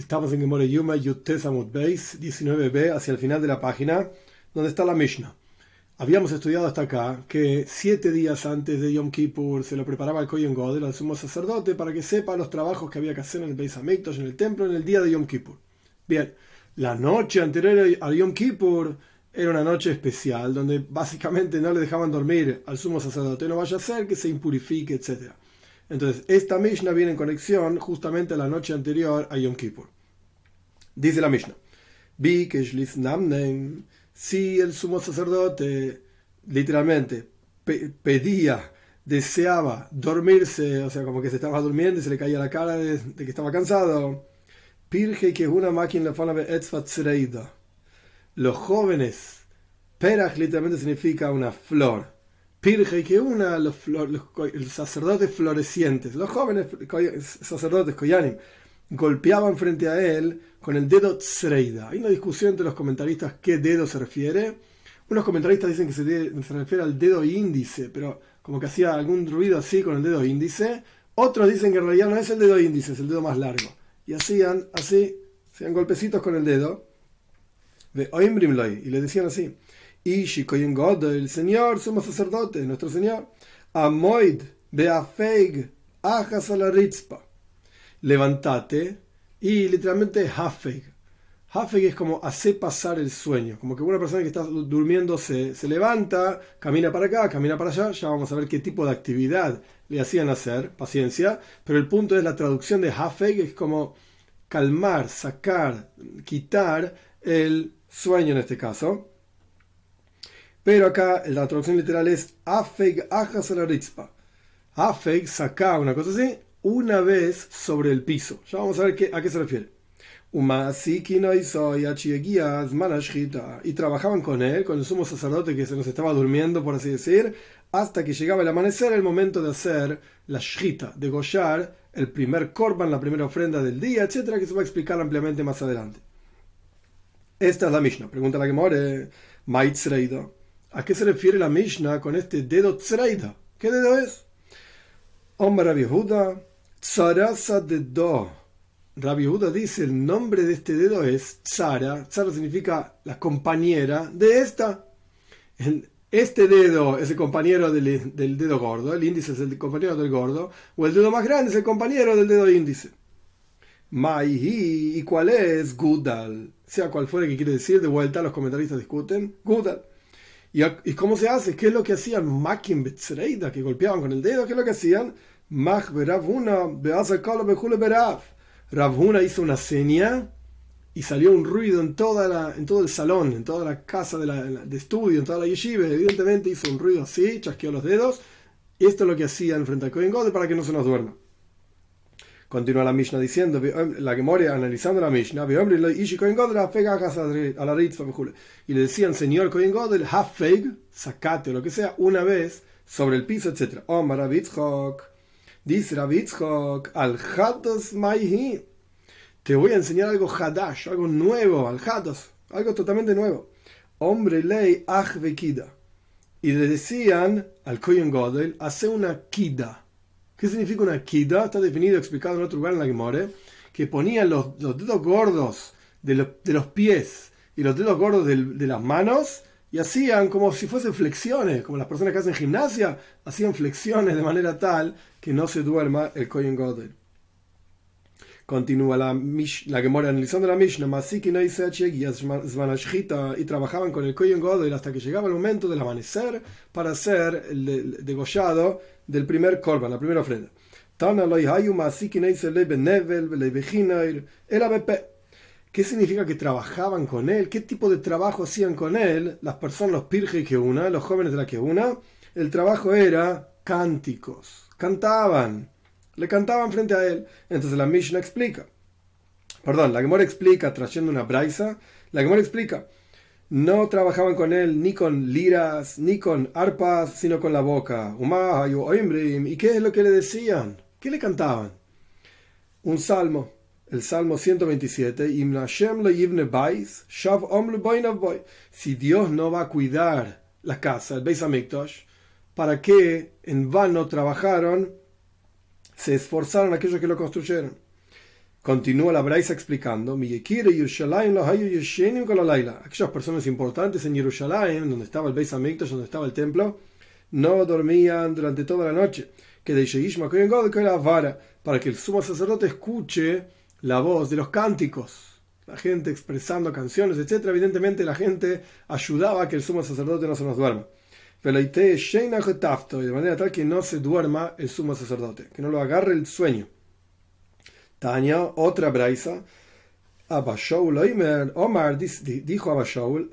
Estamos en Gemore Yuma Yutes Amud Beis 19b, hacia el final de la página, donde está la Mishnah. Habíamos estudiado hasta acá que 7 días antes de Yom Kippur se lo preparaba el Kohen Gadol, al sumo sacerdote, para que sepa los trabajos que había que hacer en el Beis Hamikdash, en el templo, en el día de Yom Kippur. Bien, la noche anterior a Yom Kippur era una noche especial, donde básicamente no le dejaban dormir al sumo sacerdote, no vaya a ser que se impurifique, etc. Entonces, esta Mishnah viene en conexión justamente a la noche anterior a Yom Kippur. Dice la Mishnah: si el sumo sacerdote literalmente deseaba dormirse, o sea, como que se estaba durmiendo y se le caía la cara de que estaba cansado, los jóvenes, perach literalmente significa una flor, Pirgei que una, los sacerdotes florecientes, los jóvenes sacerdotes Koyanim, golpeaban frente a él con el dedo tzreida. Hay una discusión entre los comentaristas qué dedo se refiere. Unos comentaristas dicen que se refiere al dedo índice, pero como que hacía algún ruido así con el dedo índice. Otros dicen que en realidad no es el dedo índice, es el dedo más largo. Y hacían golpecitos con el dedo. Y le decían así: Ishi Kohen Gadol, el Señor, sumo sacerdote, nuestro Señor, Amoid beafeig ajas a la ritzpa. Levantate, y literalmente hafeig. Hafeig es como hacer pasar el sueño, como que una persona que está durmiendo se levanta, camina para acá, camina para allá. Ya vamos a ver qué tipo de actividad le hacían hacer, paciencia, pero el punto es la traducción de hafeig, es como calmar, sacar, quitar el sueño en este caso. Pero acá la traducción literal es hafeig ajas a la ritzpa. Hafeig, saca, una cosa así, una vez sobre el piso. Ya vamos a ver a qué se refiere. Y trabajaban con él, con el sumo sacerdote que se nos estaba durmiendo, por así decir, hasta que llegaba el amanecer, el momento de hacer la shchita, de degollar el primer korban, la primera ofrenda del día, etcétera, que se va a explicar ampliamente más adelante. Esta es la Mishnah. Pregunta la Gemore: Maitzreida, ¿a qué se refiere la Mishnah con este dedo tzreida? ¿Qué dedo es? Omar Rabbi Yehuda, tzarasa dedo. Rabbi Yehuda dice: el nombre de este dedo es tzara. Tzara significa la compañera de esta. Este dedo es el compañero del dedo gordo, el índice es el compañero del gordo, o el dedo más grande es el compañero del dedo índice. Maihi, ¿y cuál es? Gudal. Sea cual fuera que quiere decir, de vuelta los comentaristas discuten. Gudal. ¿Y cómo se hace? ¿Qué es lo que hacían? Makim betzreida, que golpeaban con el dedo. ¿Qué es lo que hacían? Mach beravuna beazakala bejule berav. Ravuna hizo una seña y salió un ruido en todo el salón, en toda la casa de estudio, en toda la yeshiva. Evidentemente hizo un ruido así, chasqueó los dedos. Y esto es lo que hacían frente al Kohen Gadol para que no se nos duerma. Continúa la Mishnah diciendo, la Gemore analizando la Mishnah, y le decían: Señor Kohen Gadol, hafeig, sacate o lo que sea, una vez sobre el piso, etc. Omar Rabbi Yitzchok, dice Rabbi Yitzchok, al hados maihi, te voy a enseñar algo hadash, algo nuevo, al hados, algo totalmente nuevo. Hombre ley ach vekida, y le decían al Kohen Gadol: hace una kida. ¿Qué significa una kida? Está definido, explicado en otro lugar en la Gemore, que ponían los dedos gordos de los pies y los dedos gordos de las manos y hacían como si fuesen flexiones, como las personas que hacen gimnasia, hacían flexiones de manera tal que no se duerma el Kohen Gadol. Continúa la Gemore analizando la Mishnah, y trabajaban con el Kohen Gadol hasta que llegaba el momento del amanecer para hacer el degollado del primer korban, la primera ofrenda. ¿Qué significa que trabajaban con él? ¿Qué tipo de trabajo hacían con él? Las personas, los pirgei que una, los jóvenes de la que una, el trabajo era cánticos, le cantaban frente a él. Entonces la Mishnah la Gemara explica, trayendo una braisa, la Gemara explica: no trabajaban con él ni con liras, ni con arpas, sino con la boca. ¿Y qué es lo que le decían? ¿Qué le cantaban? Un salmo, el Salmo 127. Si Dios no va a cuidar la casa, el Beis Hamikdash, ¿para qué en vano trabajaron? Se esforzaron aquellos que lo construyeron. Continúa la Braisa explicando, aquellas personas importantes en Jerusalén, donde estaba el Beis Hamikdash, donde estaba el templo, no dormían durante toda la noche, para que el sumo sacerdote escuche la voz de los cánticos, la gente expresando canciones, etc. Evidentemente la gente ayudaba a que el sumo sacerdote no se nos duerma. De manera tal que no se duerma el sumo sacerdote, que no lo agarre el sueño. Tania, otra braisa, Abba Shaul Omar dijo Abba Shaul,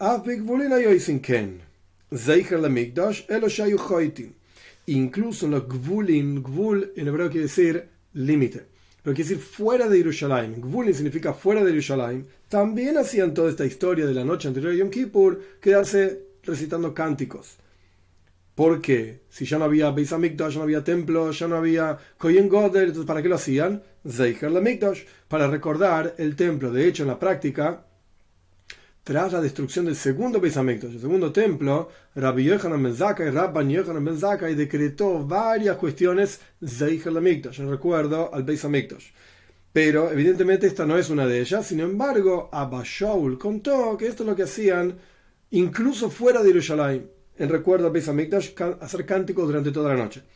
incluso en los gvulin, gvul en hebreo quiere decir límite, pero quiere decir fuera de Jerusalén. Gvulin significa fuera de Jerusalén. También hacían toda esta historia de la noche anterior a Yom Kippur, quedarse recitando cánticos. Porque si ya no había Beis Hamikdash, ya no había templo, ya no había Kohen Gadol, entonces ¿para qué lo hacían? Zeicher LaMikdash, para recordar el templo. De hecho, en la práctica, tras la destrucción del segundo Beis Hamikdash, el segundo templo, Rabbi Yochanan ben Zakkai, Rabban Yochanan ben Zakkai decretó varias cuestiones Zeicher LaMikdash, en recuerdo al Beis Hamikdash. Pero evidentemente esta no es una de ellas. Sin embargo, Abba Shaul contó que esto es lo que hacían incluso fuera de Jerusalén, en recuerdo al Beis Hamikdash, hacer cánticos durante toda la noche.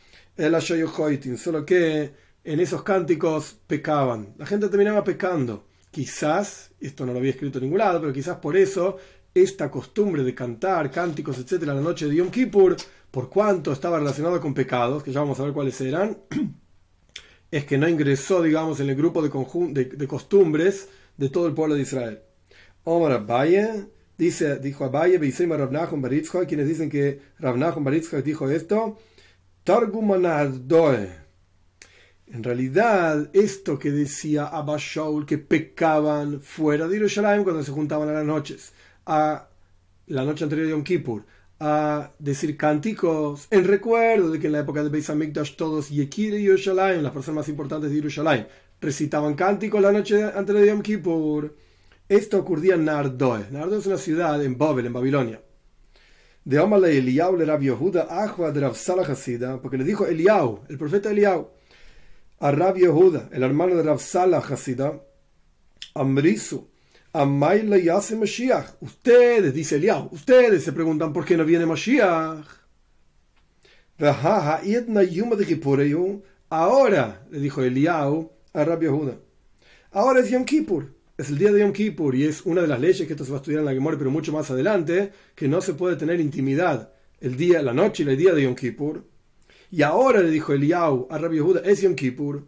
Solo que en esos cánticos pecaban. La gente terminaba pecando. Quizás, esto no lo había escrito en ningún lado, pero quizás por eso esta costumbre de cantar cánticos, etcétera, la noche de Yom Kippur, por cuanto estaba relacionado con pecados, que ya vamos a ver cuáles eran, es que no ingresó, digamos, en el grupo de costumbres de todo el pueblo de Israel. Omar Abaye dijo Abaye, Beisema Rav Nachum bar Yitzchak, quienes dicen que Rav Nachum bar Yitzchak dijo esto, Targum Anardoe. En realidad, esto que decía Abba Shaul, que pecaban fuera de Jerusalén cuando se juntaban a las noches, a la noche anterior de Yom Kippur, a decir cánticos, en recuerdo de que en la época del Beis Hamikdash todos Yekire Yerushalayim, las personas más importantes de Yerushalayim, recitaban cánticos la noche anterior de Yom Kippur. Esto ocurría en Nardoe. Nardoe es una ciudad en Babel, en Babilonia. De Omar Eliyahu le Rav Yehuda Achwa de Rav Salah Hasida, porque le dijo Eliyahu, el profeta Eliyahu, a Rav Yehuda, el hermano de Rav Salah Hasida, Amrisu, Amay le yase Mashiach. Ustedes, dice Eliyahu, ustedes se preguntan por qué no viene Mashiach. Ahora, le dijo Eliyahu a Rav Yehuda, ahora es Yom Kippur. Es el día de Yom Kippur y es una de las leyes que esto se va a estudiar en la Gemara, pero mucho más adelante, que no se puede tener intimidad el día, la noche y el día de Yom Kippur. Y ahora le dijo Eliyahu a Rabbi Yehuda, es Yom Kippur.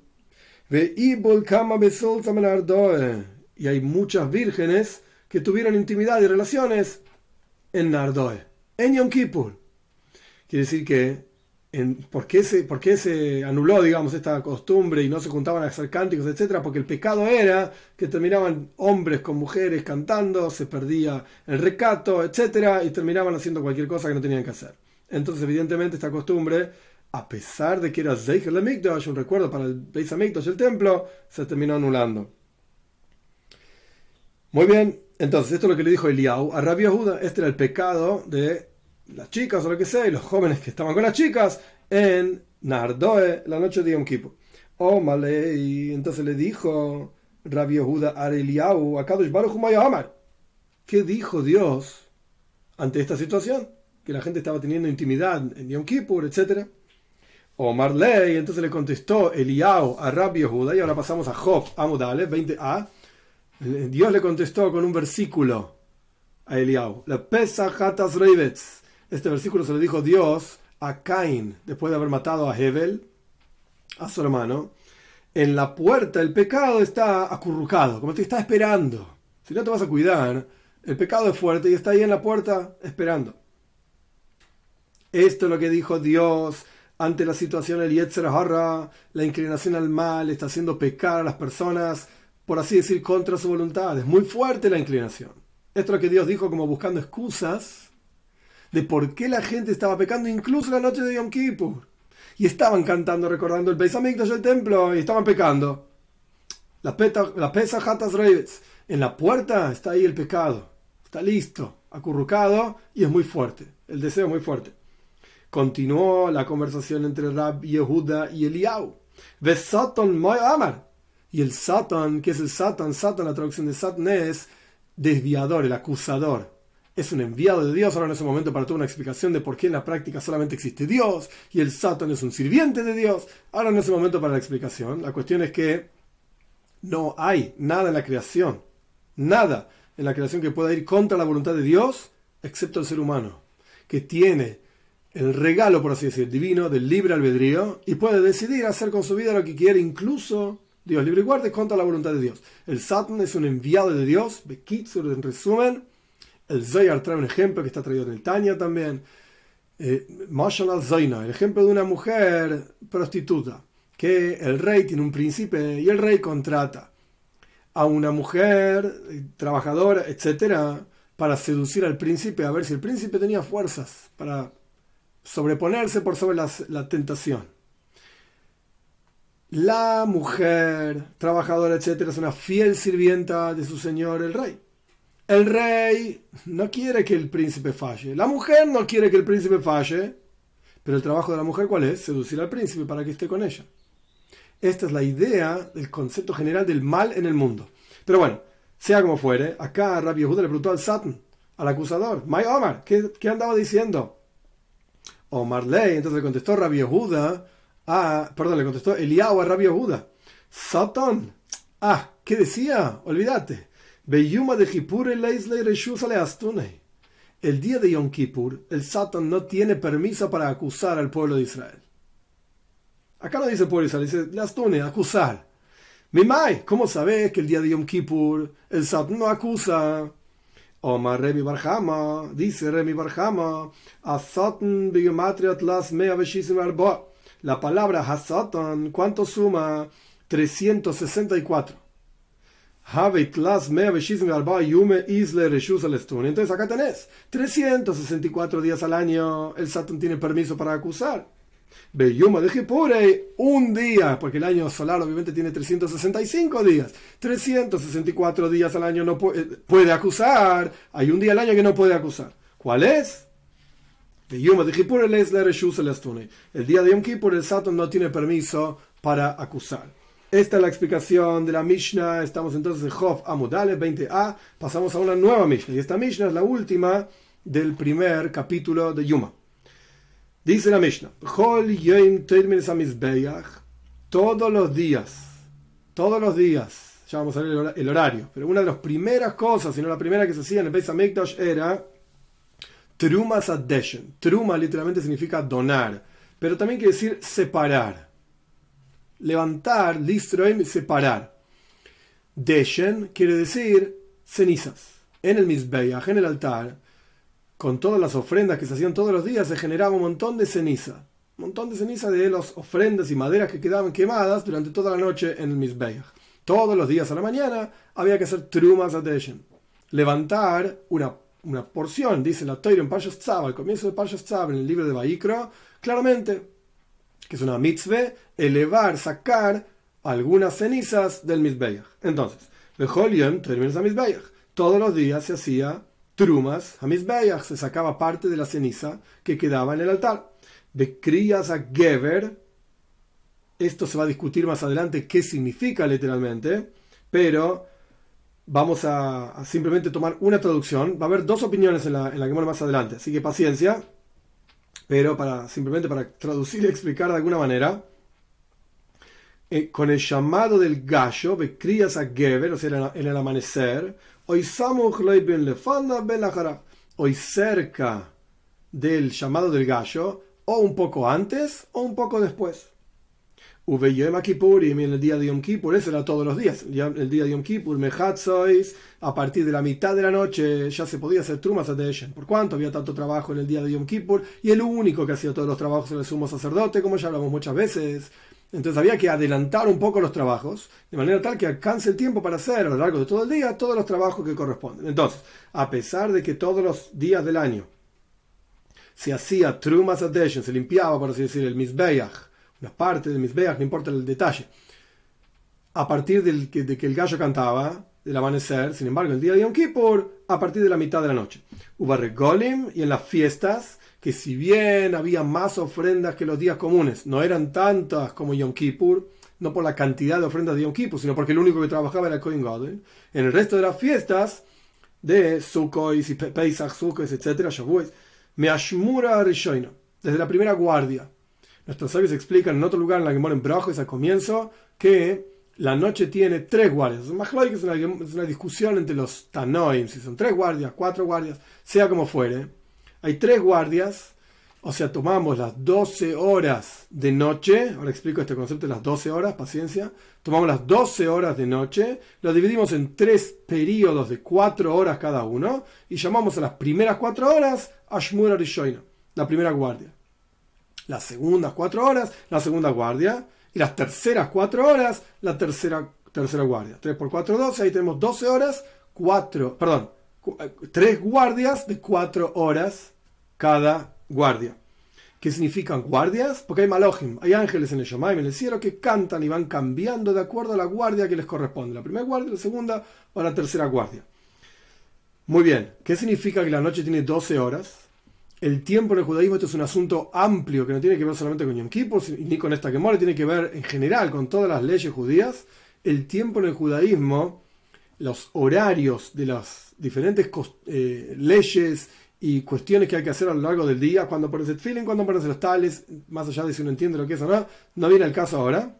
Y hay muchas vírgenes que tuvieron intimidad y relaciones en Nardoe, en Yom Kippur. Quiere decir que ¿por qué se anuló, digamos, esta costumbre y no se juntaban a hacer cánticos, etcétera? Porque el pecado era que terminaban hombres con mujeres cantando, se perdía el recato, etcétera, y terminaban haciendo cualquier cosa que no tenían que hacer. Entonces, evidentemente, esta costumbre, a pesar de que era Zeicher LaMikdash, un recuerdo para el Beis Hamikdash, el templo, se terminó anulando. Muy bien, entonces esto es lo que le dijo Eliyahu a Rabbi Yehuda. Este era el pecado de las chicas o lo que sea, y los jóvenes que estaban con las chicas en Nardoe la noche de Yom Kippur. Y entonces le dijo Rabbi Yehuda a Eliyahu, a Kadosh Baruch Hu Maya Amar, ¿qué dijo Dios ante esta situación? Que la gente estaba teniendo intimidad en Yom Kippur, etc. Omar Ley, entonces le contestó Eliyahu a Rabbi Yehuda, y ahora pasamos a Job Amud Aleph 20a. Dios le contestó con un versículo a Eliyahu, la Pesach Hatas Reivetz. Este versículo se lo dijo Dios a Caín, después de haber matado a Hebel, a su hermano. En la puerta el pecado está acurrucado, como te está esperando. Si no te vas a cuidar, el pecado es fuerte y está ahí en la puerta esperando. Esto es lo que dijo Dios ante la situación, el Yetzer Hara, la inclinación al mal, está haciendo pecar a las personas, por así decir, contra su voluntad. Es muy fuerte la inclinación. Esto es lo que Dios dijo como buscando excusas de por qué la gente estaba pecando incluso la noche de Yom Kippur. Y estaban cantando, recordando el Beis Hamikdash del templo, y estaban pecando. La Pesach Hatas Reivetz. En la puerta está ahí el pecado. Está listo, acurrucado, y es muy fuerte. El deseo es muy fuerte. Continuó la conversación entre Rabbi Yehuda y Eliyahu. Vesaton Moy Amar. Y el Satan, ¿qué es el Satan? Satan, la traducción de Satan es desviador, el acusador. Es un enviado de Dios. Ahora no es el momento para toda una explicación de por qué en la práctica solamente existe Dios y el Satan es un sirviente de Dios. Ahora no es el momento para la explicación. La cuestión es que no hay nada en la creación, nada en la creación que pueda ir contra la voluntad de Dios, excepto el ser humano, que tiene el regalo, por así decir, divino del libre albedrío y puede decidir hacer con su vida lo que quiere, incluso Dios libre y guarde contra la voluntad de Dios. El Satan es un enviado de Dios. Bekitsur, en resumen, el Zohar trae un ejemplo que está traído en el Tanya también. Mashal Zoina, el ejemplo de una mujer prostituta, que el rey tiene un príncipe y el rey contrata a una mujer trabajadora, etcétera, para seducir al príncipe, a ver si el príncipe tenía fuerzas para sobreponerse por sobre la tentación. La mujer trabajadora, etcétera, es una fiel sirvienta de su señor el rey. El rey no quiere que el príncipe falle. La mujer no quiere que el príncipe falle. Pero el trabajo de la mujer, ¿cuál es? Seducir al príncipe para que esté con ella. Esta es la idea del concepto general del mal en el mundo. Pero bueno, sea como fuere, acá Rabbi Yehuda le preguntó al Satan, al acusador, May Omar, ¿qué andaba diciendo? Omar Ley, entonces le contestó Rabbi Yehuda, le contestó Eliyahu a Rabbi Yehuda, Satan, ¿qué decía? Olvídate. Beyuma de Kippur el día de Yom Kippur, el Satan no tiene permiso para acusar al pueblo de Israel. Acá no dice pueblo de Israel, dice Leastune, acusar. Mimai, ¿cómo sabes que el día de Yom Kippur el Satan no acusa? Omar Remi Barjama, dice Remi Barjama, Asatan biomatriat las mea veshisim arba. La palabra Hasatan, ¿cuánto suma? 364. Entonces acá tenés 364 días al año el Satan tiene permiso para acusar. Beyuma de Jipure, un día, porque el año solar obviamente tiene 365 días. 364 días al año no puede acusar. Hay un día al año que no puede acusar. ¿Cuál es? Beyuma de Jipure el día de Yom Kippur el Satan no tiene permiso para acusar. Esta es la explicación de la Mishnah. Estamos entonces en Jof Amud Aleph 20a. Pasamos a una nueva Mishnah. Y esta Mishnah es la última del primer capítulo de Yuma. Dice la Mishnah: todos los días, ya vamos a ver el horario, pero una de las primeras cosas, si no la primera que se hacía en el Beis HaMikdash era Trumas Adeshen. Truma literalmente significa donar, pero también quiere decir separar. Levantar, listroim, separar. Deshen quiere decir cenizas. En el Mizbeach, en el altar, con todas las ofrendas que se hacían todos los días, se generaba un montón de ceniza. Un montón de ceniza de las ofrendas y maderas que quedaban quemadas durante toda la noche en el Mizbeach. Todos los días a la mañana había que hacer Trumas Adeshen. Levantar una porción, dice la Torah en Parshas Tzav, al comienzo de Parshas Tzav, en el libro de Vayikra, claramente, que es una mitzvah, elevar, sacar algunas cenizas del Mizbeach. Entonces, todos los días se hacía trumas a Mizbeach, se sacaba parte de la ceniza que quedaba en el altar. De crías a Geber, esto se va a discutir más adelante qué significa literalmente, pero vamos a simplemente tomar una traducción. Va a haber dos opiniones en la Gemara más adelante, así que paciencia. Pero simplemente para traducir y explicar de alguna manera, con el llamado del gallo, crías a Geber, o sea, en el amanecer, hoy cerca del llamado del gallo, o un poco antes o un poco después. Yom Kippur, y en el día de Yom Kippur, eso era todos los días. El día de Yom Kippur, Mehatzois, a partir de la mitad de la noche ya se podía hacer Trumas Adeshen. ¿Por cuánto había tanto trabajo en el día de Yom Kippur? Y el único que hacía todos los trabajos era el sumo sacerdote, como ya hablamos muchas veces. Entonces había que adelantar un poco los trabajos, de manera tal que alcance el tiempo para hacer a lo largo de todo el día todos los trabajos que corresponden. Entonces, a pesar de que todos los días del año se hacía Trumas Adeshen, se limpiaba, por así decir, el Mizbeach, una parte del Mizbeach, no importa el detalle, a partir de que el gallo cantaba, del amanecer, sin embargo, el día de Yom Kippur, a partir de la mitad de la noche. Uva regolim, y en las fiestas, que si bien había más ofrendas que los días comunes, no eran tantas como Yom Kippur, no por la cantidad de ofrendas de Yom Kippur, sino porque el único que trabajaba era el Kohen Gadol. En el resto de las fiestas de Sukkot y Pesach, Sukkot, etc., Shavuot, Meashmura Rishoina, desde la primera guardia. Nuestros sabios explican en otro lugar en la Gemara en Brajos al comienzo que la noche tiene 3 guardias. Es una discusión entre los Tanoim, si son 3 guardias, 4 guardias, sea como fuere. Hay 3 guardias, o sea, tomamos las 12 horas de noche. Ahora explico este concepto de las 12 horas, paciencia. Tomamos las 12 horas de noche, lo dividimos en 3 periodos de 4 horas cada uno y llamamos a las primeras 4 horas Ashmura Rishoina, la primera guardia. Las segundas 4 horas, la segunda guardia. Y las terceras 4 horas, la tercera guardia. 3 por 4, 12. Ahí tenemos 12 horas, 3 guardias de 4 horas cada guardia. ¿Qué significan guardias? Porque hay malojim, hay ángeles en el Shomayim, en el cielo, que cantan y van cambiando de acuerdo a la guardia que les corresponde. La primera guardia, la segunda o la tercera guardia. Muy bien, ¿qué significa que la noche tiene 12 horas? El tiempo en el judaísmo, esto es un asunto amplio que no tiene que ver solamente con Yom Kippur ni con esta Gemara, tiene que ver en general con todas las leyes judías. El tiempo en el judaísmo, los horarios de las diferentes leyes y cuestiones que hay que hacer a lo largo del día, cuando pones el feeling, cuando pones los tales, más allá de si uno entiende lo que es o no, no viene al caso ahora.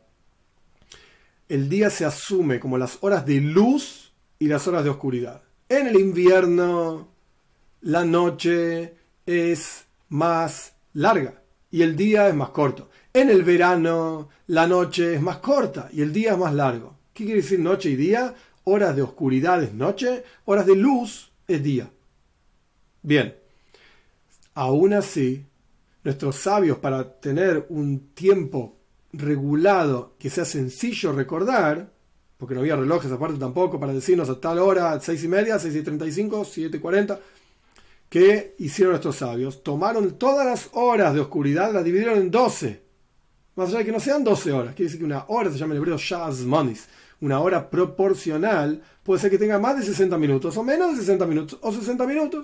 El día se asume como las horas de luz y las horas de oscuridad. En el invierno, la noche es más larga y el día es más corto. En el verano, la noche es más corta y el día es más largo. ¿Qué quiere decir noche y día? Horas de oscuridad es noche, horas de luz es día. Bien, aún así, nuestros sabios, para tener un tiempo regulado que sea sencillo recordar, porque no había relojes aparte tampoco para decirnos a tal hora, 6:30, 6:35, 7:40, ¿qué hicieron nuestros sabios? Tomaron todas las horas de oscuridad, las dividieron en 12. Más allá de que no sean 12 horas, quiere decir que una hora se llama en hebreo Shazmanis. Una hora proporcional puede ser que tenga más de 60 minutos, o menos de 60 minutos, o 60 minutos.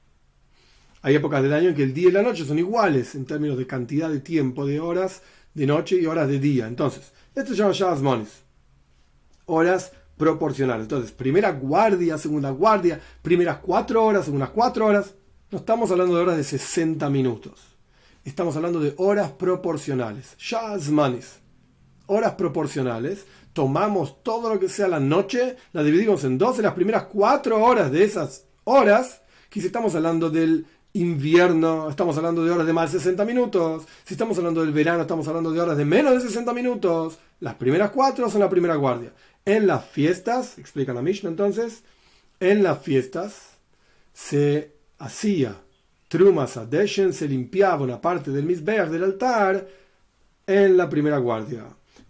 Hay épocas del año en que el día y la noche son iguales en términos de cantidad de tiempo, de horas de noche y horas de día. Entonces, esto se llama Shazmanis. Horas proporcionales. Entonces, primera guardia, segunda guardia, primeras 4 horas, segundas 4 horas. No estamos hablando de horas de 60 minutos. Estamos hablando de horas proporcionales. Shazmanis. Horas proporcionales. Tomamos todo lo que sea la noche, la dividimos en 12, las primeras 4 horas de esas horas, que si estamos hablando del invierno, estamos hablando de horas de más de 60 minutos. Si estamos hablando del verano, estamos hablando de horas de menos de 60 minutos. Las primeras 4 son la primera guardia. En las fiestas, explica la Mishnah entonces, en las fiestas se hacía Trumas Adeshen, se limpiaba una parte del Mizbeach, del altar, en la primera guardia.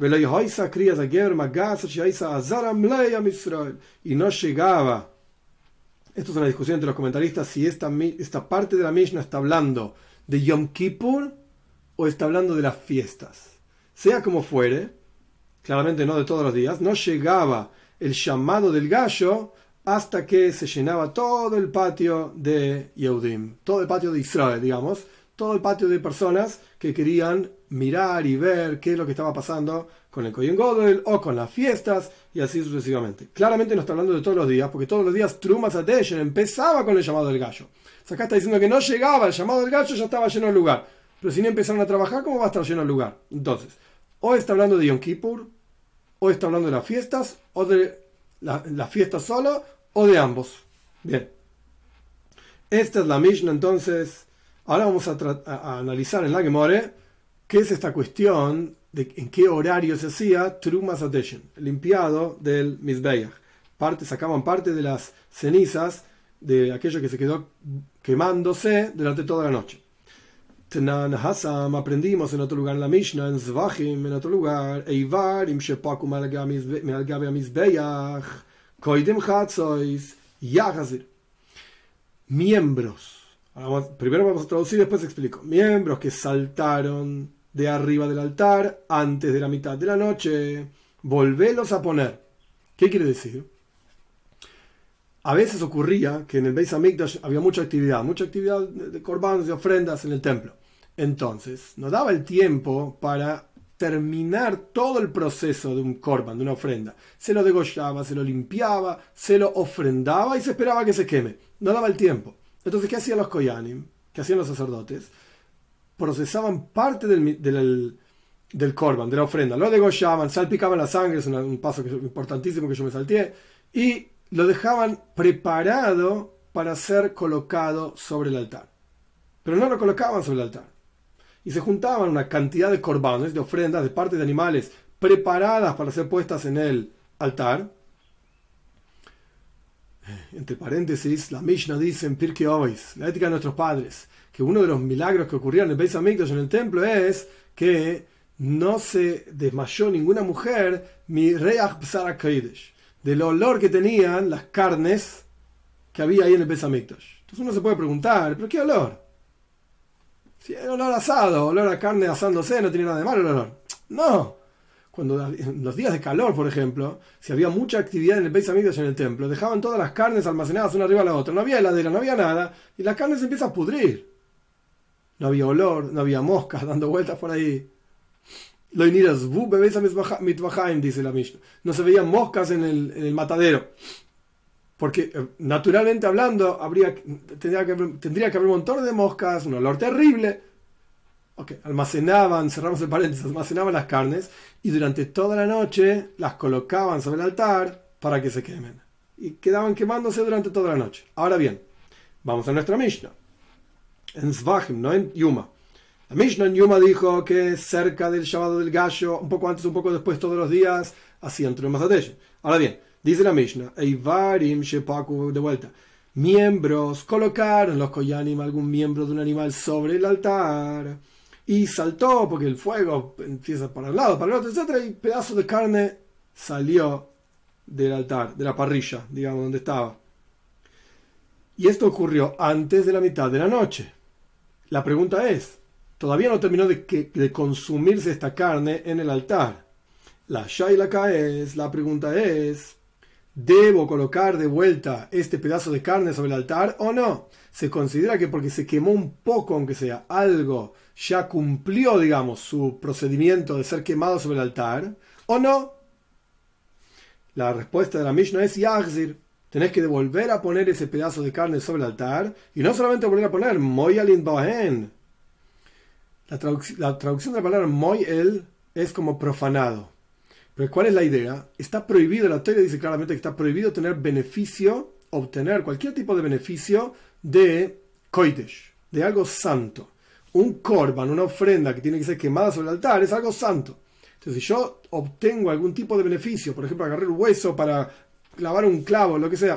Y no llegaba. Esto es una discusión entre los comentaristas si esta parte de la Mishnah está hablando de Yom Kippur o está hablando de las fiestas. Sea como fuere, claramente no de todos los días, no llegaba el llamado del gallo hasta que se llenaba todo el patio de Yehudim, todo el patio de Israel, digamos, todo el patio de personas que querían mirar y ver qué es lo que estaba pasando con el Kohen Gadol o con las fiestas y así sucesivamente. Claramente no está hablando de todos los días, porque todos los días Trumas Adeshen empezaba con el llamado del gallo. O sea, acá está diciendo que no llegaba el llamado del gallo, ya estaba lleno el lugar. Pero si no empezaron a trabajar, ¿cómo va a estar lleno el lugar? Entonces, o está hablando de Yom Kippur, o está hablando de las fiestas, o de las fiestas solo, o de ambos. Bien. Esta es la Mishnah, entonces. Ahora vamos a analizar en la Gemara qué es esta cuestión de en qué horario se hacía Trumas Adeshen, el limpiado del Mizbeach. Sacaban parte de las cenizas de aquello que se quedó quemándose durante toda la noche. Tenan Hassam, aprendimos en otro lugar en la Mishnah, en Zvachim, en otro lugar, Eivar, im shepaku me'al Mizbeach, koidem chatzois, yachazir. Miembros. Primero vamos a traducir y después explico. Miembros que saltaron de arriba del altar antes de la mitad de la noche, volvelos a poner. ¿Qué quiere decir? A veces ocurría que en el Beis Hamikdash había mucha actividad de corbanos, de ofrendas en el templo. Entonces, no daba el tiempo para terminar todo el proceso de un korban, de una ofrenda. Se lo degollaba, se lo limpiaba, se lo ofrendaba y se esperaba que se queme. No daba el tiempo. Entonces, ¿qué hacían los koyanim? ¿Qué hacían los sacerdotes? Procesaban parte del korban, de la ofrenda. Lo degollaban, salpicaban la sangre, es un paso importantísimo que yo me salteé, y lo dejaban preparado para ser colocado sobre el altar. Pero no lo colocaban sobre el altar. Y se juntaban una cantidad de corbanes, de ofrendas, de partes de animales preparadas para ser puestas en el altar. Entre paréntesis, la Mishnah dice en Pirkei Avos, la ética de nuestros padres, que uno de los milagros que ocurrieron en el Beis Hamikdash, en el templo, es que no se desmayó ninguna mujer mi reach b'sar hakodesh, del olor que tenían las carnes que había ahí en el Beis Hamikdash. Entonces uno se puede preguntar, ¿pero qué olor? Si el olor asado, olor a carne asándose, no tiene nada de malo el olor. No. Cuando en los días de calor, por ejemplo, si había mucha actividad en el Beis Hamikdash, en el templo, dejaban todas las carnes almacenadas una arriba a la otra. No había heladera, no había nada, y la carne se empieza a pudrir. No había olor, no había moscas dando vueltas por ahí. Lo dice la Mishnah. No se veían moscas en el matadero. Porque naturalmente hablando tendría que haber un montón de moscas, un olor terrible. Almacenaban, cerramos el paréntesis, almacenaban las carnes y durante toda la noche las colocaban sobre el altar para que se quemen. Y quedaban quemándose durante toda la noche. Ahora bien, vamos a nuestra Mishnah. En Zvachim, no en Yuma. La Mishnah en Yuma dijo que cerca del Shabbat del Gallo, un poco antes, un poco después, todos los días, hacían Trumas Hadesh. Ahora bien, dice la Mishnah, Eivarim Shepaku, de vuelta, miembros, colocaron los koyanim algún miembro de un animal sobre el altar y saltó porque el fuego empieza para un lado, para el otro, etc. Y pedazo de carne salió del altar, de la parrilla, digamos, donde estaba. Y esto ocurrió antes de la mitad de la noche. La pregunta es, todavía no terminó de consumirse esta carne en el altar. La pregunta es, ¿debo colocar de vuelta este pedazo de carne sobre el altar o no? Se considera que porque se quemó un poco, aunque sea algo, ya cumplió, digamos, su procedimiento de ser quemado sobre el altar, ¿o no? La respuesta de la Mishnah es Yachzir. Tenés que volver a poner ese pedazo de carne sobre el altar, y no solamente volver a poner Moyalin Bahen. La traducción de la palabra Moyel es como profanado. Pero ¿cuál es la idea? Está prohibido, la Torah dice claramente que está prohibido tener beneficio, obtener cualquier tipo de beneficio de Kodesh, de algo santo. Un korban, una ofrenda que tiene que ser quemada sobre el altar, es algo santo. Entonces, si yo obtengo algún tipo de beneficio, por ejemplo, agarré un hueso para clavar un clavo, lo que sea,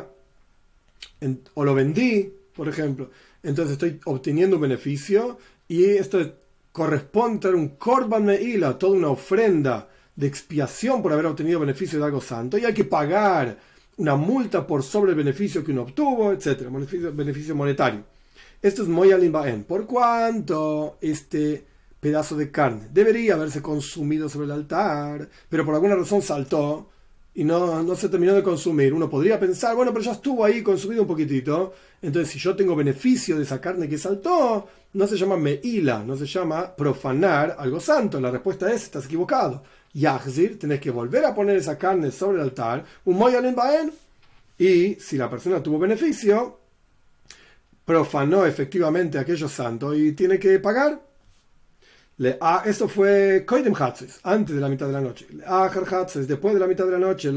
o lo vendí, por ejemplo, entonces estoy obteniendo un beneficio, y esto corresponde a un korban meila, toda una ofrenda de expiación por haber obtenido beneficio de algo santo, y hay que pagar una multa por sobre el beneficio que uno obtuvo, etc. Beneficio monetario. Esto es Moyalin Baen. ¿Por cuánto este pedazo de carne debería haberse consumido sobre el altar, pero por alguna razón saltó y no se terminó de consumir? Uno podría pensar, bueno, pero ya estuvo ahí consumido un poquitito, entonces si yo tengo beneficio de esa carne que saltó, no se llama meila, no se llama profanar algo santo. La respuesta es, estás equivocado. Yachzir, tenés que volver a poner esa carne sobre el altar, un Moyalin Baen, y si la persona tuvo beneficio, profanó efectivamente aquello santo y tiene que pagar. Esto fue Koidem Hatzes, antes de la mitad de la noche. Después de la mitad de la noche,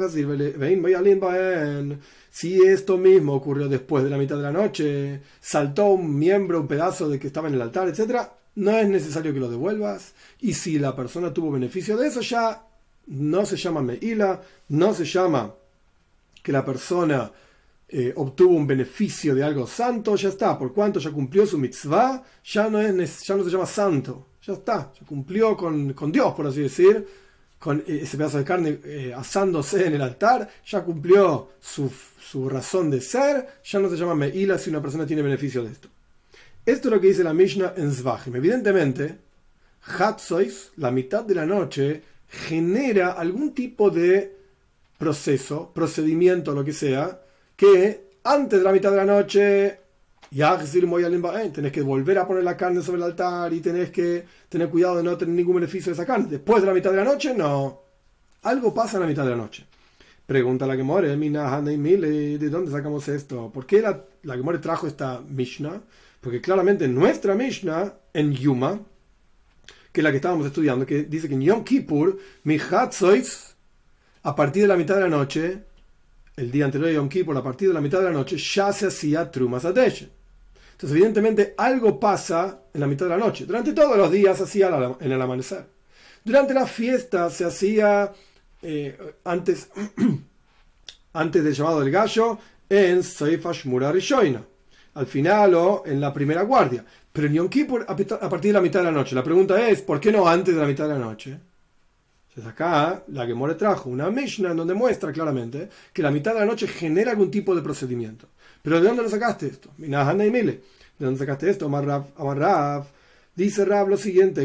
si esto mismo ocurrió después de la mitad de la noche, saltó un miembro, un pedazo de que estaba en el altar, etc., no es necesario que lo devuelvas. Y si la persona tuvo beneficio de eso, ya no se llama meila, no se llama que la persona obtuvo un beneficio de algo santo, ya está. Por cuanto ya cumplió su mitzvah, ya no se llama santo. Ya está, ya cumplió con Dios, por así decir, con ese pedazo de carne asándose en el altar, ya cumplió su razón de ser, ya no se llama meila si una persona tiene beneficio de esto. Esto es lo que dice la Mishnah en Zvachim. Evidentemente, Hatzois, la mitad de la noche, genera algún tipo de procedimiento, lo que sea, que antes de la mitad de la noche, tenés que volver a poner la carne sobre el altar y tenés que tener cuidado de no tener ningún beneficio de esa carne. Después de la mitad de la noche, no. Algo pasa en la mitad de la noche. Pregunta la Gemore, ¿de dónde sacamos esto? ¿Por qué la Gemore trajo esta Mishnah? Porque claramente nuestra Mishnah en Yuma, que es la que estábamos estudiando, que dice que en Yom Kippur, Mihatzois, a partir de la mitad de la noche, el día anterior de Yom Kippur, a partir de la mitad de la noche, ya se hacía Trumas Adeshen. Entonces, evidentemente, algo pasa en la mitad de la noche. Durante todos los días se hacía en el amanecer. Durante la fiesta se hacía antes del llamado del gallo, en Seifa Shmura Rishoina, al final o en la primera guardia. Pero en Yom Kippur a partir de la mitad de la noche. La pregunta es, ¿por qué no antes de la mitad de la noche? Entonces acá la Gemore trajo una Mishnah en donde muestra claramente que la mitad de la noche genera algún tipo de procedimiento. Pero ¿de dónde lo sacaste esto? ¿De dónde sacaste esto? Amar Rav. Dice Rav lo siguiente: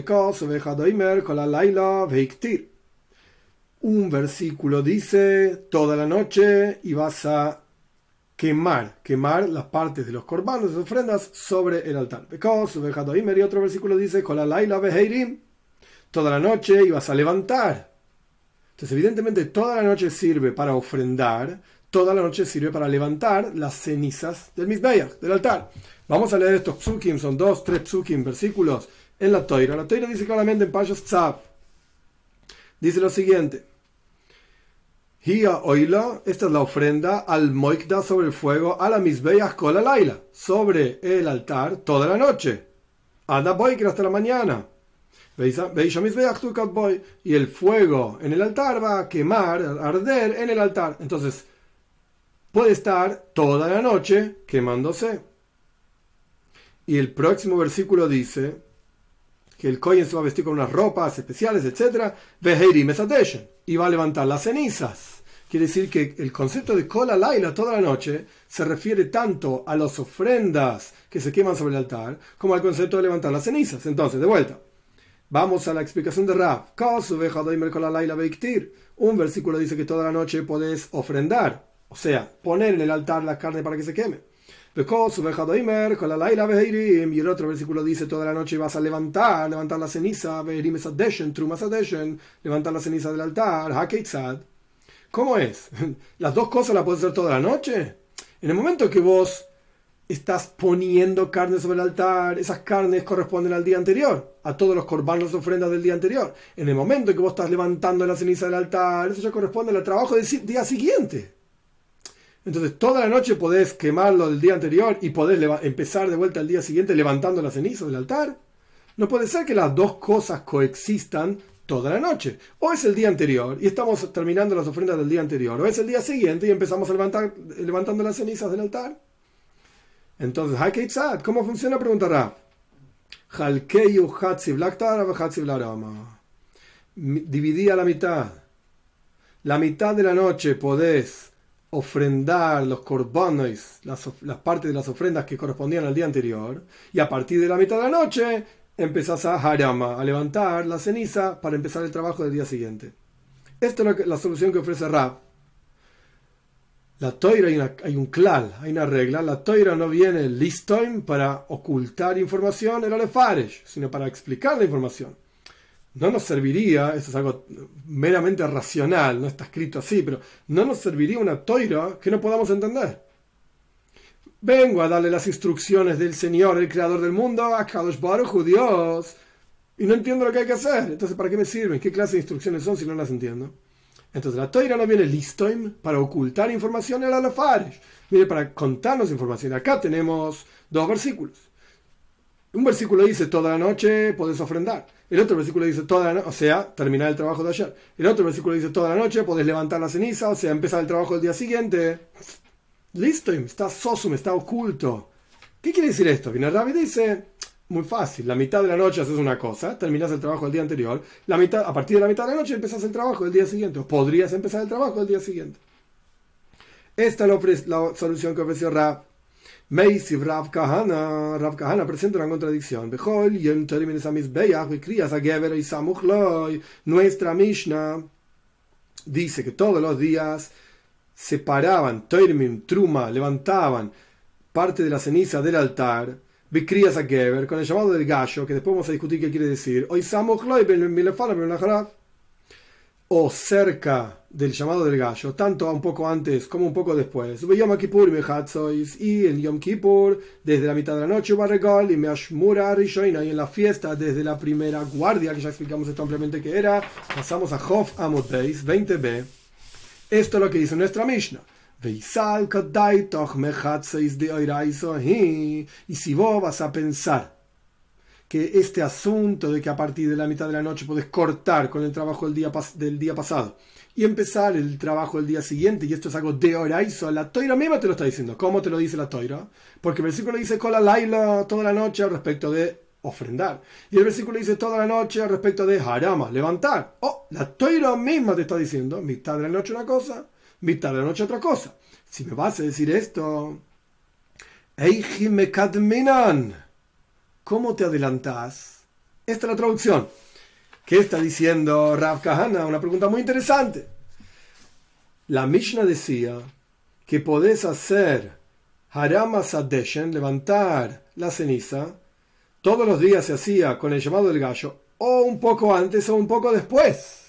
un versículo dice toda la noche y vas a quemar las partes de los corbanos, de las ofrendas, sobre el altar. Y otro versículo dice toda la noche y vas a levantar. Entonces, evidentemente, toda la noche sirve para ofrendar, toda la noche sirve para levantar las cenizas del Mizbeach, del altar. Vamos a leer estos psukim, son 2-3 psukim, versículos en la Toira. La Toira dice claramente en Pashas Tzav, dice lo siguiente: Hia oila, esta es la ofrenda al moikda, sobre el fuego, a la Mizbeach kol alayla, sobre el altar toda la noche. Ada boiker, hasta la mañana. Y el fuego en el altar va a quemar, a arder en el altar. Entonces, puede estar toda la noche quemándose. Y el próximo versículo dice que el kohen se va a vestir con unas ropas especiales, etc. Y va a levantar las cenizas. Quiere decir que el concepto de Kol Alayla, toda la noche, se refiere tanto a las ofrendas que se queman sobre el altar, como al concepto de levantar las cenizas. Entonces, de vuelta, vamos a la explicación de Rav. Un versículo dice que toda la noche podés ofrendar, o sea, poner en el altar la carne para que se queme. Y el otro versículo dice toda la noche vas a levantar la ceniza, levantar la ceniza del altar. ¿Cómo es? ¿Las dos cosas las puedes hacer toda la noche? En el momento que vos estás poniendo carne sobre el altar, esas carnes corresponden al día anterior, a todos los corbanos de ofrendas del día anterior. En el momento que vos estás levantando la ceniza del altar, eso ya corresponde al trabajo del día siguiente. Entonces toda la noche podés quemarlo del día anterior y podés empezar de vuelta al día siguiente levantando la ceniza del altar. No puede ser que las dos cosas coexistan toda la noche. O es el día anterior y estamos terminando las ofrendas del día anterior, o es el día siguiente y empezamos a levantando las cenizas del altar. Entonces, ¿cómo funciona? Pregunta Rav. Dividí a la mitad. La mitad de la noche podés ofrendar los korbanos, las partes de las ofrendas que correspondían al día anterior, y a partir de la mitad de la noche empezás a harama, a levantar la ceniza para empezar el trabajo del día siguiente. Esta es la solución que ofrece Rav. La toira hay un klal, hay una regla. La toira no viene listoim para ocultar información en el faresh, sino para explicar la información. No nos serviría, esto es algo meramente racional, no está escrito así, pero no nos serviría una toira que no podamos entender. Vengo a darle las instrucciones del Señor, el Creador del mundo, a Kadosh Baruj Hu, Dios, y no entiendo lo que hay que hacer. Entonces, ¿para qué me sirven? ¿Qué clase de instrucciones son si no las entiendo? Entonces, la toira no viene listoim para ocultar información en la faresh, viene para contarnos información. Acá tenemos dos versículos. Un versículo dice toda la noche podés ofrendar. El otro versículo dice toda la noche, o sea, terminar el trabajo de ayer. El otro versículo dice toda la noche podés levantar la ceniza, o sea, empezar el trabajo del día siguiente. Listo, está sosum, está oculto. ¿Qué quiere decir esto? Viene Rabbi y dice, muy fácil, la mitad de la noche haces una cosa, terminas el trabajo del día anterior, a partir de la mitad de la noche empezás el trabajo del día siguiente, o podrías empezar el trabajo del día siguiente. Esta es la solución que ofreció Rav. Meisiv Rav Kahana presenta una contradicción. Nuestra Mishnah dice que todos los días separaban, toirmim, truma, levantaban parte de la ceniza del altar, Bikrias a Geber, con el llamado del gallo, que después vamos a discutir qué quiere decir, o cerca del llamado del gallo, tanto un poco antes como un poco después. Y en Yom Kippur, desde la mitad de la noche, y en la fiesta, desde la primera guardia, que ya explicamos esto ampliamente que era, pasamos a Chof Amud Beis 20b. Esto es lo que dice nuestra Mishnah. Y si vos vas a pensar que este asunto de que a partir de la mitad de la noche puedes cortar con el trabajo del día pasado y empezar el trabajo del día siguiente, y esto es algo de oraizo, la toira misma te lo está diciendo. ¿Cómo te lo dice la toira? Porque el versículo dice kola laila, toda la noche, al respecto de ofrendar, y el versículo dice toda la noche al respecto de harama, levantar. La toira misma te está diciendo mitad de la noche una cosa, mitad de la noche otra cosa. Si me vas a decir esto, Eiji mekadminan, ¿cómo te adelantás? Esta es la traducción. ¿Qué está diciendo Rav Kahana? Una pregunta muy interesante. La Mishnah decía que podés hacer harama sadeshen, levantar la ceniza, todos los días se hacía con el llamado del gallo, o un poco antes o un poco después.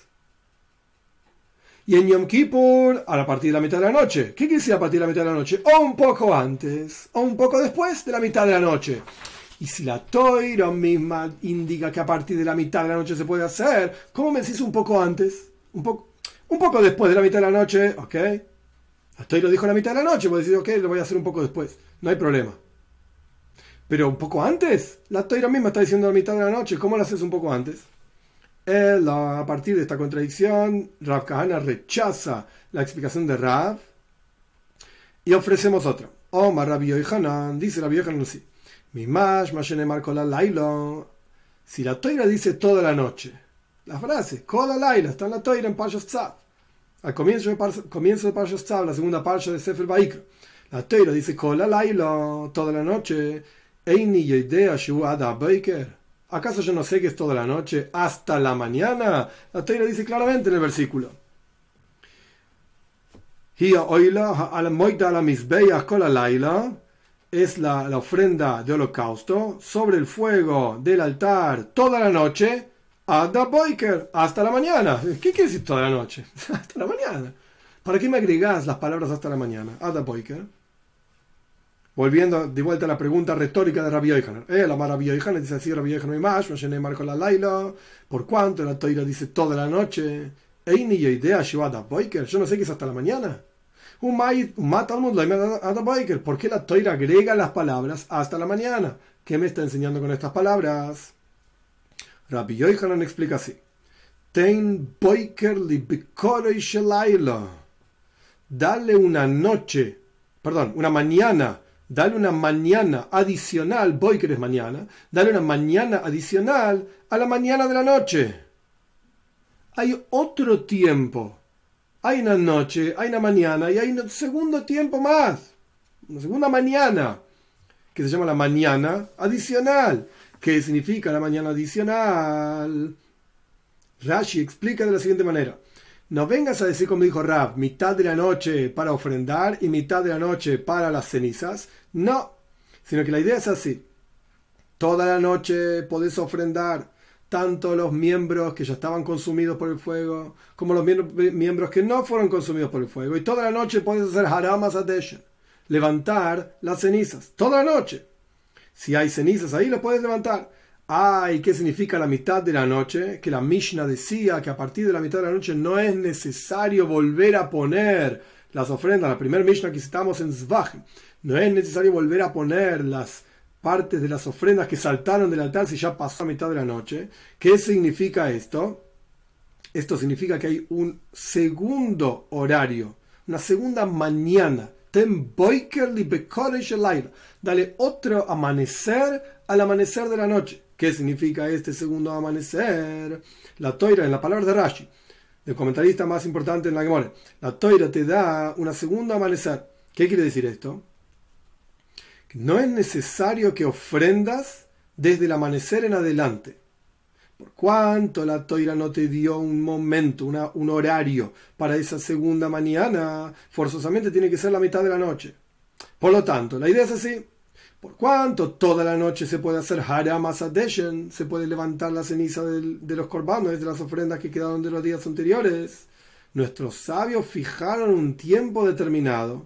Y en Yom Kippur, a partir de la mitad de la noche. ¿Qué quiere decir a partir de la mitad de la noche? O un poco antes, o un poco después de la mitad de la noche. Y si la toira misma indica que a partir de la mitad de la noche se puede hacer, ¿cómo me decís un poco antes? Un poco después de la mitad de la noche, ¿ok? La toira dijo la mitad de la noche, vos decís, ok, lo voy a hacer un poco después. No hay problema. Pero un poco antes, la toira misma está diciendo la mitad de la noche, ¿cómo lo haces un poco antes? A partir de esta contradicción, Rav Kahana rechaza la explicación de Rav y ofrecemos otra. Omar Rabbi Yohanan, dice Rabbi Yohanan así: si la toira dice toda la noche, la frase Kola Laila está en la toira en Parshas Tzav, al comienzo de Parshas Tzav, la segunda parsha de Sefer Vayikra, la toira dice Kola Laila toda la noche. Eini Yedea Shu Ada Beiker, ¿acaso yo no sé que es toda la noche hasta la mañana? La toira dice claramente en el versículo. Es la ofrenda de holocausto sobre el fuego del altar toda la noche, Ada Boiker, hasta la mañana. ¿Qué quiere decir toda la noche? Hasta la mañana. ¿Para qué me agregás las palabras hasta la mañana? Ada Boiker. Volviendo de vuelta a la pregunta retórica de Rabbi Yohanan. La Rabbi Yohanan dice así, Rabbi Yohanan más, marco la laila, por cuanto la toira dice toda la noche. Eini idea Ada Boiker, yo no sé qué es hasta la mañana. ¿Por qué la toira agrega las palabras hasta la mañana? ¿Qué me está enseñando con estas palabras? Rabbi Yohanan explica así: Tein boiker li bikorei shelaila. Dale una mañana. Dale una mañana adicional, boiker es mañana. Dale una mañana adicional a la mañana de la noche. Hay otro tiempo. Hay una noche, hay una mañana y hay un segundo tiempo más. Una segunda mañana, que se llama la mañana adicional. ¿Qué significa la mañana adicional? Rashi explica de la siguiente manera: no vengas a decir, como dijo Rav, mitad de la noche para ofrendar y mitad de la noche para las cenizas. No, sino que la idea es así: toda la noche podés ofrendar tanto los miembros que ya estaban consumidos por el fuego como los miembros que no fueron consumidos por el fuego, y toda la noche podés hacer harama sadeshen, levantar las cenizas toda la noche. Si hay cenizas ahí, las puedes levantar. ¿Y qué significa la mitad de la noche? Que la Mishnah decía que a partir de la mitad de la noche no es necesario volver a poner las ofrendas. La primera Mishnah que citamos en Zvachim, no es necesario volver a poner las partes de las ofrendas que saltaron del altar si ya pasó a mitad de la noche. ¿Qué significa esto? Esto significa que hay un segundo horario, una segunda mañana. Dale otro amanecer al amanecer de la noche. ¿Qué significa este segundo amanecer? La toira, en la palabra de Rashi, el comentarista más importante en la Gemara, la toira te da una segunda amanecer. ¿Qué quiere decir esto? Que no es necesario que ofrendas desde el amanecer en adelante, Por cuanto la Toira no te dio un momento, un horario para esa segunda mañana, forzosamente tiene que ser la mitad de la noche. Por lo tanto, la idea es así. Por cuanto toda la noche se puede hacer Haram Asadeshen, se puede levantar la ceniza de los corbanos, de las ofrendas que quedaron de los días anteriores, nuestros sabios fijaron un tiempo determinado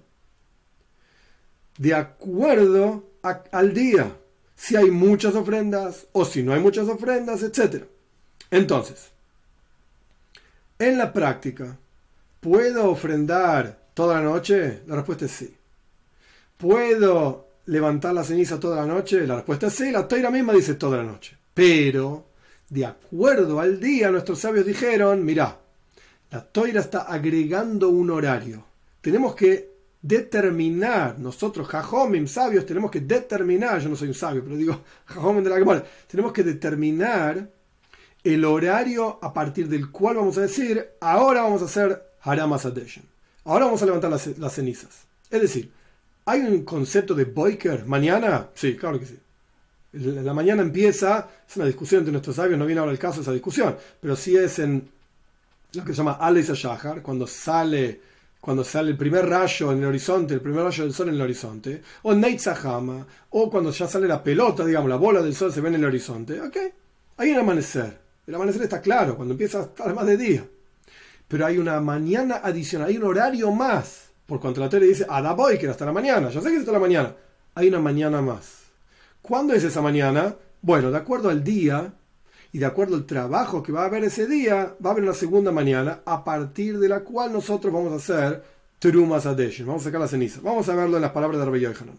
de acuerdo al día, si hay muchas ofrendas o si no hay muchas ofrendas, etc. Entonces, en la práctica, ¿puedo ofrendar toda la noche? La respuesta es sí. ¿Puedo levantar la ceniza toda la noche? La respuesta es sí. La Toira misma dice toda la noche. Pero, de acuerdo al día, nuestros sabios dijeron, mirá, la Toira está agregando un horario. Tenemos que determinar, nosotros, Jajomim, sabios, tenemos que determinar, yo no soy un sabio, pero digo, Jajomim de la Gemara, tenemos que determinar el horario a partir del cual vamos a decir, ahora vamos a hacer Haram Asadeshen. Ahora vamos a levantar las cenizas. Es decir, ¿hay un concepto de Boiker? ¿Mañana? Sí, claro que sí. La mañana empieza, es una discusión entre nuestros sabios, no viene ahora el caso de esa discusión, pero sí es en lo que se llama Aleis Shahar, cuando sale el primer rayo en el horizonte, el primer rayo del sol en el horizonte, o Neitzahama, o cuando ya sale la pelota, digamos, la bola del sol se ve en el horizonte. ¿Ok? Hay un amanecer. El amanecer está claro, cuando empieza a estar más de día. Pero hay una mañana adicional, hay un horario más. Por cuanto la teoría dice, Ada voy, que era hasta la mañana. Yo sé que es hasta la mañana. Hay una mañana más. ¿Cuándo es esa mañana? Bueno, de acuerdo al día y de acuerdo al trabajo que va a haber ese día, va a haber una segunda mañana a partir de la cual nosotros vamos a hacer Terumas Adeshen. Vamos a sacar la ceniza. Vamos a verlo en las palabras de Rabbi Yochanan.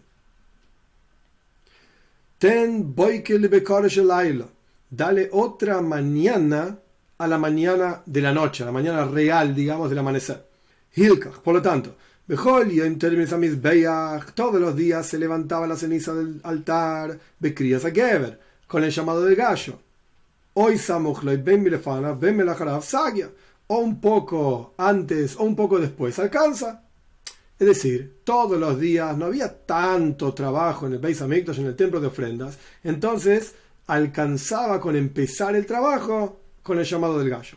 Ten boikel bekoresh elaila. Dale otra mañana a la mañana de la noche, a la mañana real, digamos, del amanecer. Hilkach, por lo tanto, todos los días se levantaba la ceniza del altar, Bekrias a Geber, con el llamado del gallo. Hoy Samuchloi ben Milefana, ben Melacharav Sagia, o un poco antes o un poco después alcanza. Es decir, todos los días no había tanto trabajo en el Beis Hamikdash, en el templo de ofrendas, entonces alcanzaba con empezar el trabajo con el llamado del gallo.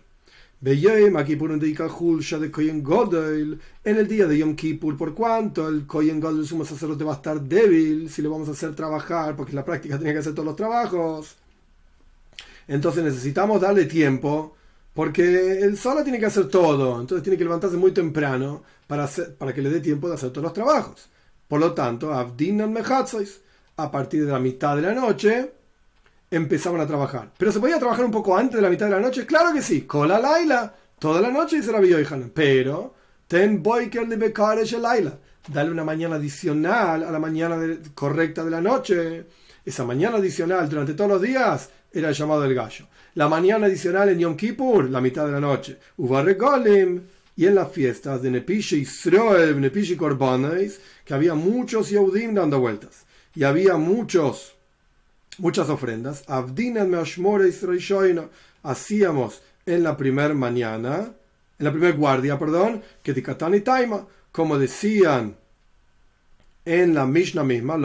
En el día de Yom Kippur, por cuanto el Kohen Gadol, el sumo sacerdote, va a estar débil si le vamos a hacer trabajar, porque en la práctica tenía que hacer todos los trabajos, entonces necesitamos darle tiempo, porque él solo tiene que hacer todo, entonces tiene que levantarse muy temprano para que le dé tiempo de hacer todos los trabajos. Por lo tanto, Avdinan Mechatzois, a partir de la mitad de la noche empezaban a trabajar. ¿Pero se podía trabajar un poco antes de la mitad de la noche? Claro que sí. Kola Laila, toda la noche, dice Rabbi Yochanan. Pero, ten boiker de bekaresh Laila. Dale una mañana adicional a la mañana correcta de la noche. Esa mañana adicional durante todos los días era el llamado del gallo. La mañana adicional en Yom Kippur, la mitad de la noche. Uvarregolim. Y en las fiestas de Nepishi Israel, Nepishi Korbanes, que había muchos Yehudim dando vueltas. Y había muchas ofrendas. Hacíamos en la primer mañana, en la primer guardia, que Tikatani Taima, como decían en la Mishnah misma,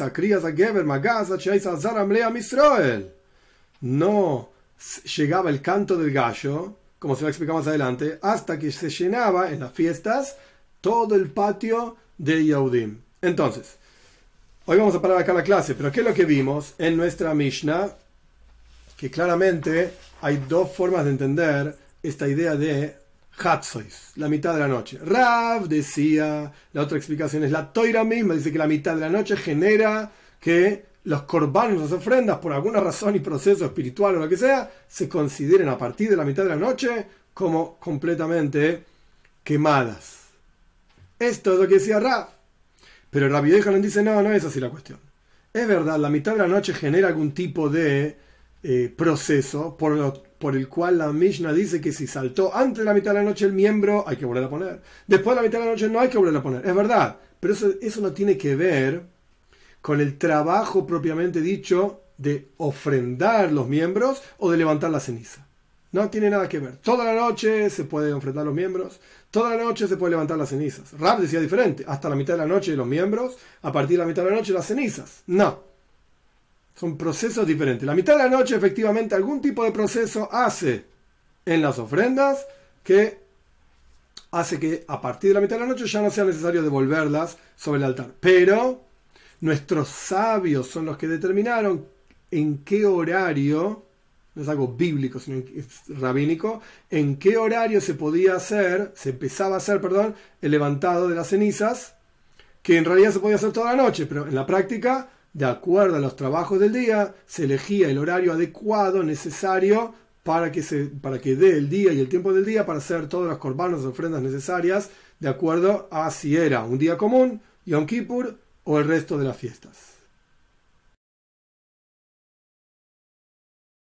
no llegaba el canto del gallo, como se lo explica más adelante, hasta que se llenaba en las fiestas todo el patio de Yehudim. Entonces, hoy vamos a parar acá la clase, pero ¿qué es lo que vimos en nuestra Mishnah? Que claramente hay dos formas de entender esta idea de Hatzois, la mitad de la noche. Rav decía, la otra explicación es la Toira misma, dice que la mitad de la noche genera que los korbanos, las ofrendas, por alguna razón y proceso espiritual o lo que sea, se consideren a partir de la mitad de la noche como completamente quemadas. Esto es lo que decía Rav. Pero Rabbi Yochanan dice, no es así la cuestión. Es verdad, la mitad de la noche genera algún tipo de proceso por el cual la Mishnah dice que si saltó antes de la mitad de la noche el miembro, hay que volver a poner. Después de la mitad de la noche no hay que volver a poner. Es verdad, pero eso no tiene que ver con el trabajo propiamente dicho de ofrendar los miembros o de levantar la ceniza. No tiene nada que ver. Toda la noche se puede ofrendar los miembros, toda la noche se puede levantar las cenizas. Rab decía diferente, hasta la mitad de la noche los miembros, a partir de la mitad de la noche las cenizas. No. Son procesos diferentes. La mitad de la noche, efectivamente, algún tipo de proceso hace en las ofrendas que hace que a partir de la mitad de la noche ya no sea necesario devolverlas sobre el altar. Pero nuestros sabios son los que determinaron en qué horario, no es algo bíblico, sino es rabínico, en qué horario se empezaba a hacer, el levantado de las cenizas, que en realidad se podía hacer toda la noche, pero en la práctica, de acuerdo a los trabajos del día, se elegía el horario adecuado, necesario, para que dé el día y el tiempo del día para hacer todos los corbanos, ofrendas necesarias, de acuerdo a si era un día común, Yom Kippur, o el resto de las fiestas.